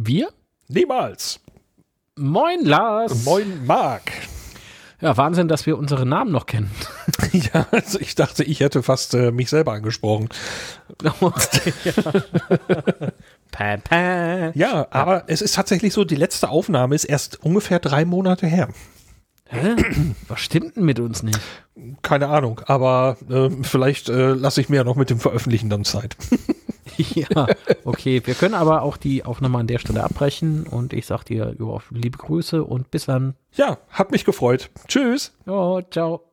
Wir? Niemals. Moin, Lars. Moin, Marc. Ja, Wahnsinn, dass wir unsere Namen noch kennen. Ja, also ich dachte, ich hätte fast mich selber angesprochen. Ja, aber es ist tatsächlich so, die letzte Aufnahme ist erst ungefähr 3 Monate her. Hä? Was stimmt denn mit uns nicht? Keine Ahnung, aber vielleicht lasse ich mir ja noch mit dem Veröffentlichen dann Zeit. Ja, okay. Wir können aber auch die Aufnahme an der Stelle abbrechen und ich sag dir liebe Grüße und bis dann. Ja, hat mich gefreut. Tschüss. Ja, ciao.